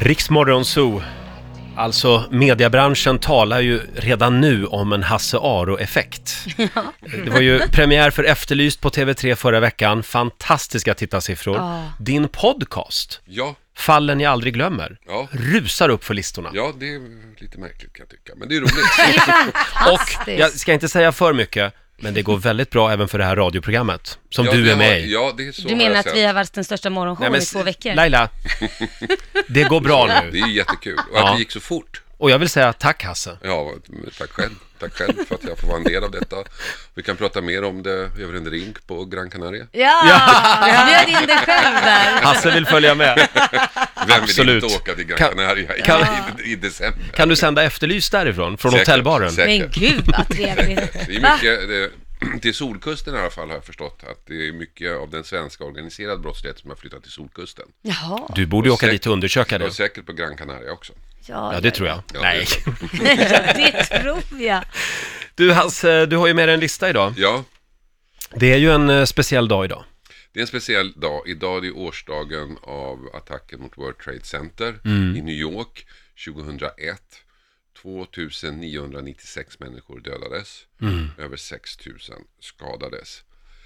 Riksmorgon Zoo. Alltså, mediebranschen talar ju redan nu om en Hasse Aro-effekt. Ja. Det var ju premiär för Efterlyst på TV3 förra veckan. Fantastiska tittarsiffror. Ja. Din podcast, Ja, Fallen jag aldrig glömmer, ja. rusar upp för listorna. Ja, det är lite märkligt kan jag tycka. Men det är roligt. Och jag ska inte säga för mycket, men det går väldigt bra även för det här radioprogrammet som Ja, du det är med i. Ja, det är så Du menar jag att sett. vi har varit den största morgonshowen i 2 veckor? Laila, det går bra nu. Det är ju jättekul. Och Ja. att det gick så fort. Och jag vill säga tack Hasse. Ja, tack själv. Tack själv för att jag får vara en del av detta. Vi kan prata mer om det över en drink på Gran Canaria. Ja, bjöd in dig själv där. Hasse vill följa med. Vem Absolut. vill inte åka till Gran Kan- Canaria i december? Kan du sända Efterlyst därifrån, från Säkert, hotellbaren? säkert. Men gud vad trevligt. Det är mycket, till Solkusten i alla fall har jag förstått att det är mycket av den svenska organiserad brottslighet som har flyttat till Solkusten. Jaha. Du borde ju åka Säkert- dit och undersöka det. Och säkert på Gran Canaria också. Ja, det tror jag. Ja, Nej. Det tror jag. Du Hasse, du har ju med dig en lista idag. Ja, Det är ju en speciell dag idag. det är en speciell dag. Idag är det årsdagen av attacken mot World Trade Center i New York 2001. 2996 människor dödades. Över 6000 skadades.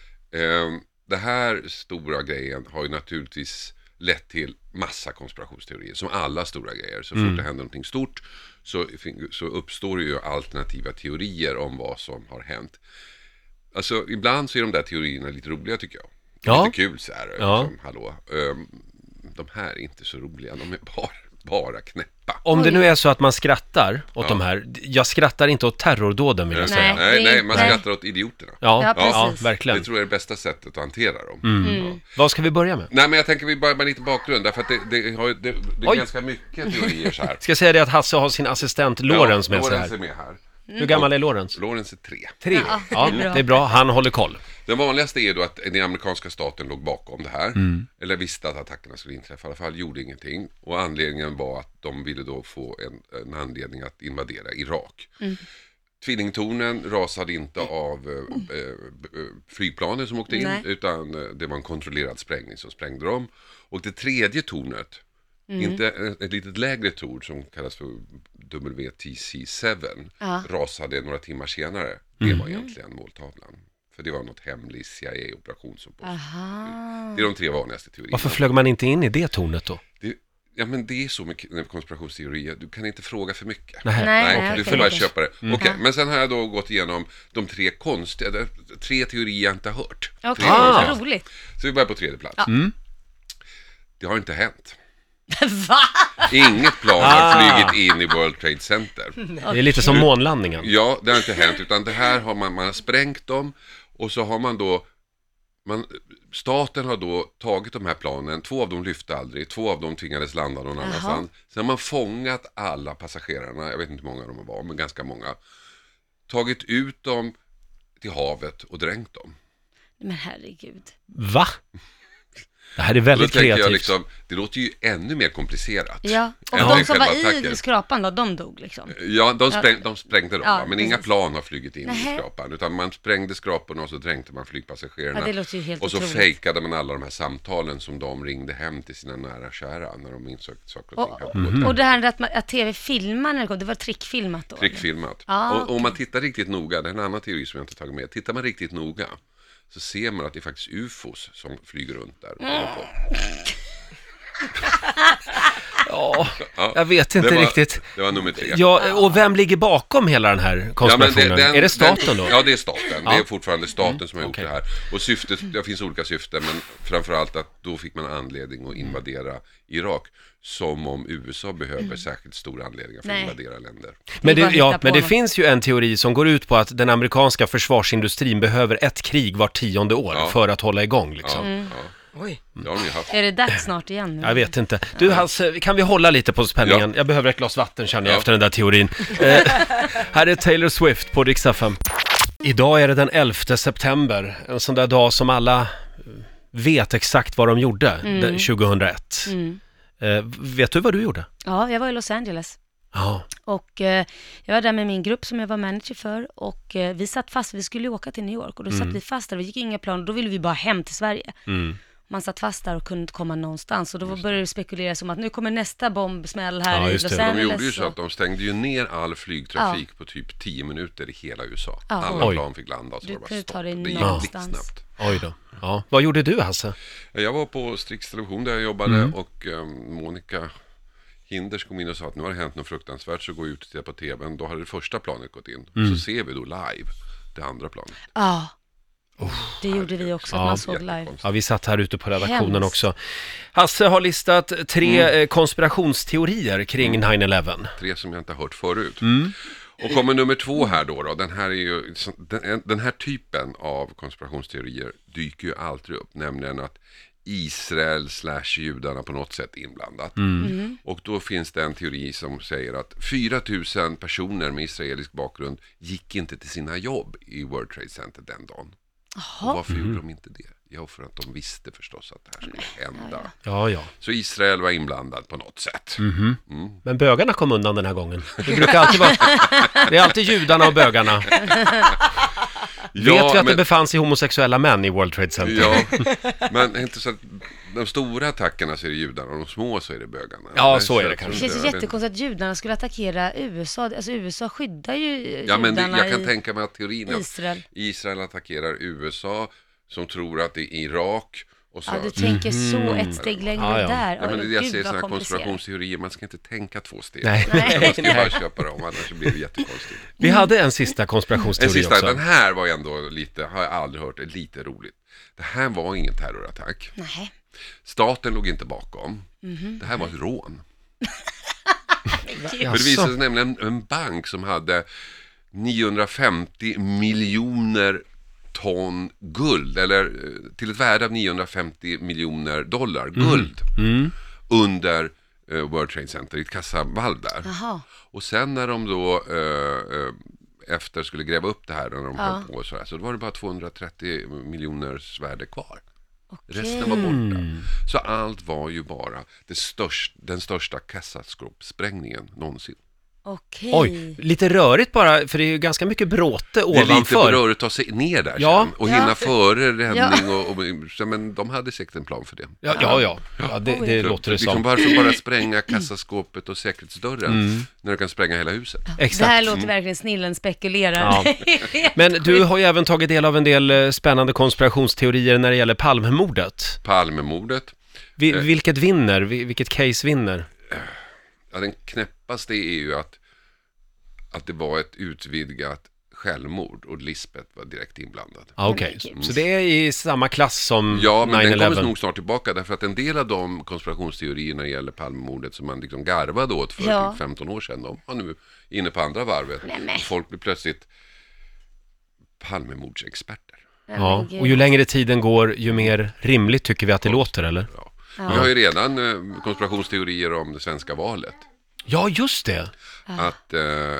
Det här stora grejen har ju naturligtvis lett till massa konspirationsteorier. Som alla stora grejer. Så fort det händer någonting stort så uppstår det ju alternativa teorier om vad som har hänt. Alltså ibland så är de där teorierna lite roliga tycker jag. Ja. Lite kul så här. Ja. Liksom, hallå. De här är inte så roliga. De är bara knäppa. Om det nu är så att man skrattar åt de här, jag skrattar inte åt terrordåden vill jag säga. Nej, man Nej. skrattar åt idioterna. Ja, Ja, ja, precis. verkligen. Det tror jag är det bästa sättet att hantera dem. Ja. Vad ska vi börja med? Nej, men jag tänker vi börjar med lite bakgrund. Därför att det är Oj. ganska mycket teorier så här. Ska jag säga det att Hasse har sin assistent Lorenz med sig Lorenz här. är med här. Hur gammal är Lorenz? Lorenz är 3. 3. Ja, det är bra. det är bra. Han håller koll. Den vanligaste är då att den amerikanska staten låg bakom det här. Eller visste att attackerna skulle inträffa. I alla fall gjorde ingenting. Och anledningen var att de ville då få en anledning att invadera Irak. Tvillingtornen rasade inte av flygplanen som åkte in. Nej. Utan det var en kontrollerad sprängning som sprängde dem. Och det tredje tornet, inte ett litet lägre torn som kallas för WTC-7, Ja. rasade några timmar senare. Det var egentligen måltavlan. För det var något hemlig CIA-operation som påstod. Aha. Det är de 3 vanligaste teorierna. Varför flög man inte in i det tornet då? Ja, men det är så med konspirationsteorier. Du kan inte fråga för mycket. Nej. Nej, Du okej. får bara köpa det. Okej, men sen har jag då gått igenom de 3 teorier jag inte har hört. Okej, 3 konstiga. så roligt. Så vi börjar på 3:e plats. Det har inte hänt. Va? Inget plan har flugit in i World Trade Center. Det är lite som månlandningen. Ja, det har inte hänt, utan det här har man har sprängt dem och så har man då staten har då tagit de här planen, 2 av dem lyfte aldrig, 2 av dem tvingades landa någon annanstans. Sen har man fångat alla passagerarna, jag vet inte hur många de var, men ganska många. Tagit ut dem till havet och dränkt dem. Men herregud. Va? Det här är Och då väldigt tänker jag kreativt. liksom, det låter ju ännu mer komplicerat. Ja, och än de som själva var i attacken. skrapan då, de dog liksom. Ja, de sprängde dem, Ja, va? Men inga precis. plan har flugit in i Nähä. skrapan. Utan man sprängde skraporna och så dränkte man flygpassagerarna. Ja, det låter ju helt och så otroligt. fejkade man alla de här samtalen som de ringde hem till sina nära kära när de insåg att saker och ting hade gått. Och det här att tv filmar när det kom, det var trickfilmat då? Trickfilmat. Ah, Och om man tittar riktigt noga, det är en annan teori som jag inte tagit med. Tittar man riktigt noga så ser man att det är faktiskt UFOs som flyger runt där och håller på. Ja, jag vet inte det var, riktigt. Det var nummer 3. Ja, och vem ligger bakom hela den här konspirationen? Är det staten då? Ja, det är staten. Ja. Det är fortfarande staten som har gjort okej. det här. Och syftet, det finns olika syften, men framförallt att då fick man anledning att invadera Irak. Som om USA behöver särskilt stora anledningar för att Nej. invadera länder. Men Det är bara det, att ja, hitta på men det något. finns ju en teori som går ut på att den amerikanska försvarsindustrin behöver ett krig var 10:e år Ja. för att hålla igång liksom. Ja, Oj. det har de ju haft. Är det dags snart igen nu? Jag vet inte. Du Hasse, kan vi hålla lite på spänningen? Ja. Jag behöver ett glas vatten känner jag Ja. efter den där teorin. Här är Taylor Swift på Rix FM. Idag är det den 11 september. En sån där dag som alla vet exakt vad de gjorde 2001. Vet du vad du gjorde? Ja, jag var i Los Angeles. Ja. Och jag var där med min grupp som jag var manager för. Och vi satt fast, vi skulle åka till New York. Och då satt vi fast där, vi gick inga plan. Då ville vi bara hem till Sverige. man satt fast där och kunde inte komma någonstans. Och då började det spekuleras om att nu kommer nästa bombsmäll här Ja, i just Los det. De Angeles. gjorde ju så att de stängde ju ner all flygtrafik på typ 10 minuter i hela USA. Ja. Alla Oj. plan fick landa och så Du var det bara kunde stopp. ta dig Det gick någonstans. blixtsnabbt. Oj då. Ja. Vad gjorde du, Hasse? Jag var på Strix Television där jag jobbade och Monica Hinders kom in och sa att nu har det hänt något fruktansvärt, så gå ut och titta på tvn. Då hade det första planet gått in. Så ser vi då live det andra planet. Ja, det gjorde vi också, att man såg live. Jättekonstigt. Ja, vi satt här ute på redaktionen Hemskt. också. Hasse har listat 3 konspirationsteorier kring 9/11. 3 som jag inte har hört förut. Och kommer nummer 2 här då. Den här är ju, den här typen av konspirationsteorier dyker ju alltid upp. Nämligen att Israel/judarna på något sätt är inblandat. Och då finns det en teori som säger att 4 000 personer med israelisk bakgrund gick inte till sina jobb i World Trade Center den dagen. Och varför gjorde de inte det? Ja, för att de visste förstås att det här skulle hända. Ja. Så Israel var inblandad på något sätt. Men bögarna kom undan den här gången. Det brukar alltid vara... Det är alltid judarna och bögarna. Vet vi att det befann sig homosexuella män i World Trade Center? Ja, men inte så att de stora attackerna så är det judarna och de små så är det bögarna. Ja, så är det Det kanske. känns ju jättekonstigt att judarna skulle attackera USA. Alltså USA skyddar ju Ja, men judarna jag kan i tänka mig att teorin är att Israel. Israel attackerar USA som tror att det är Irak. Och så, Ja, du tänker så ett steg längre Ja, ja. där. ja, men det är det jag säger, Gud, sådana vad här komplicerat. konspirationsteorier, man ska inte tänka 2 steg. Nej. Man ska bara köpa dem, annars blir det jättekonstigt. Vi hade en sista konspirationsteori Den sista, också. den här var ju ändå lite, har jag aldrig hört, är lite roligt. Det här var ingen terrorattack. Nej. Staten låg inte bakom. Det här var ett rån. För det Jaså? visade sig nämligen en bank som hade 950 miljoner ton guld, eller till ett värde av 950 miljoner dollar guld under World Trade Center i ett kassavalv där. Jaha. Och sen när de då efter skulle gräva upp det här när de höll på så då var det bara 230 miljoners värde kvar. Resten var borta. Så allt var ju bara den största kassaskåpssprängningen någonsin. Okej. Oj, lite rörigt bara, för det är ju ganska mycket bråte Det är lite ovanför. berörigt att ta sig ner där Ja. sen och Ja. hinna före räddning och men de hade säkert en plan för det. Ja, det Så, låter det liksom, som. varför bara spränga kassaskåpet och säkerhetsdörren när du kan spränga hela huset? Det här Exakt. låter verkligen snillen spekulerar. Ja. Men du har ju även tagit del av en del spännande konspirationsteorier när det gäller Palmemordet. Palmemordet. Vilket vinner? Vilket case vinner? Ja, den knäppaste är ju att det var ett utvidgat självmord och Lisbeth var direkt inblandad. Ja, okej. Så det är i samma klass som Ja, men den kommer 9/11. nog snart tillbaka därför att en del av de konspirationsteorierna gäller Palmemordet som man liksom garvade åt för Ja. typ 15 år sedan. De var nu inne på andra varvet. Nej. Och folk blir plötsligt Palmemordsexperter. Ja, och ju längre tiden går, ju mer rimligt tycker vi att det låter, eller? Ja. Vi har ju redan konspirationsteorier om det svenska valet. Ja, just det. Att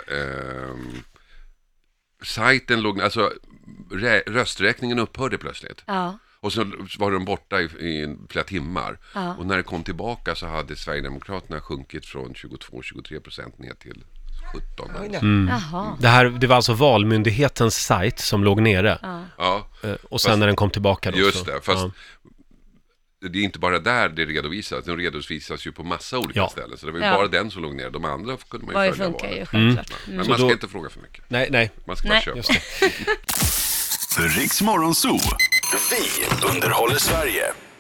sajten låg, alltså rösträkningen upphörde plötsligt. Ja. Och så var de borta i flera timmar. Ja. Och när det kom tillbaka så hade Sverigedemokraterna sjunkit från 22-23% ner till 17%. Jaha. Det var alltså Valmyndighetens sajt som låg nere. Ja, Och sen när den kom tillbaka då. just så- det. Fast ja. det är inte bara där det redovisas. Den redovisas ju på massa olika Ja. ställen. Så det var ju Ja. bara den som låg ner. De andra kunde man Vad ju det följa funkar ju valet. självklart. Men Så man ska då- inte fråga för mycket. Nej. Man ska bara Nej. köpa. Just det. Riks Morgonzoo. Vi underhåller Sverige.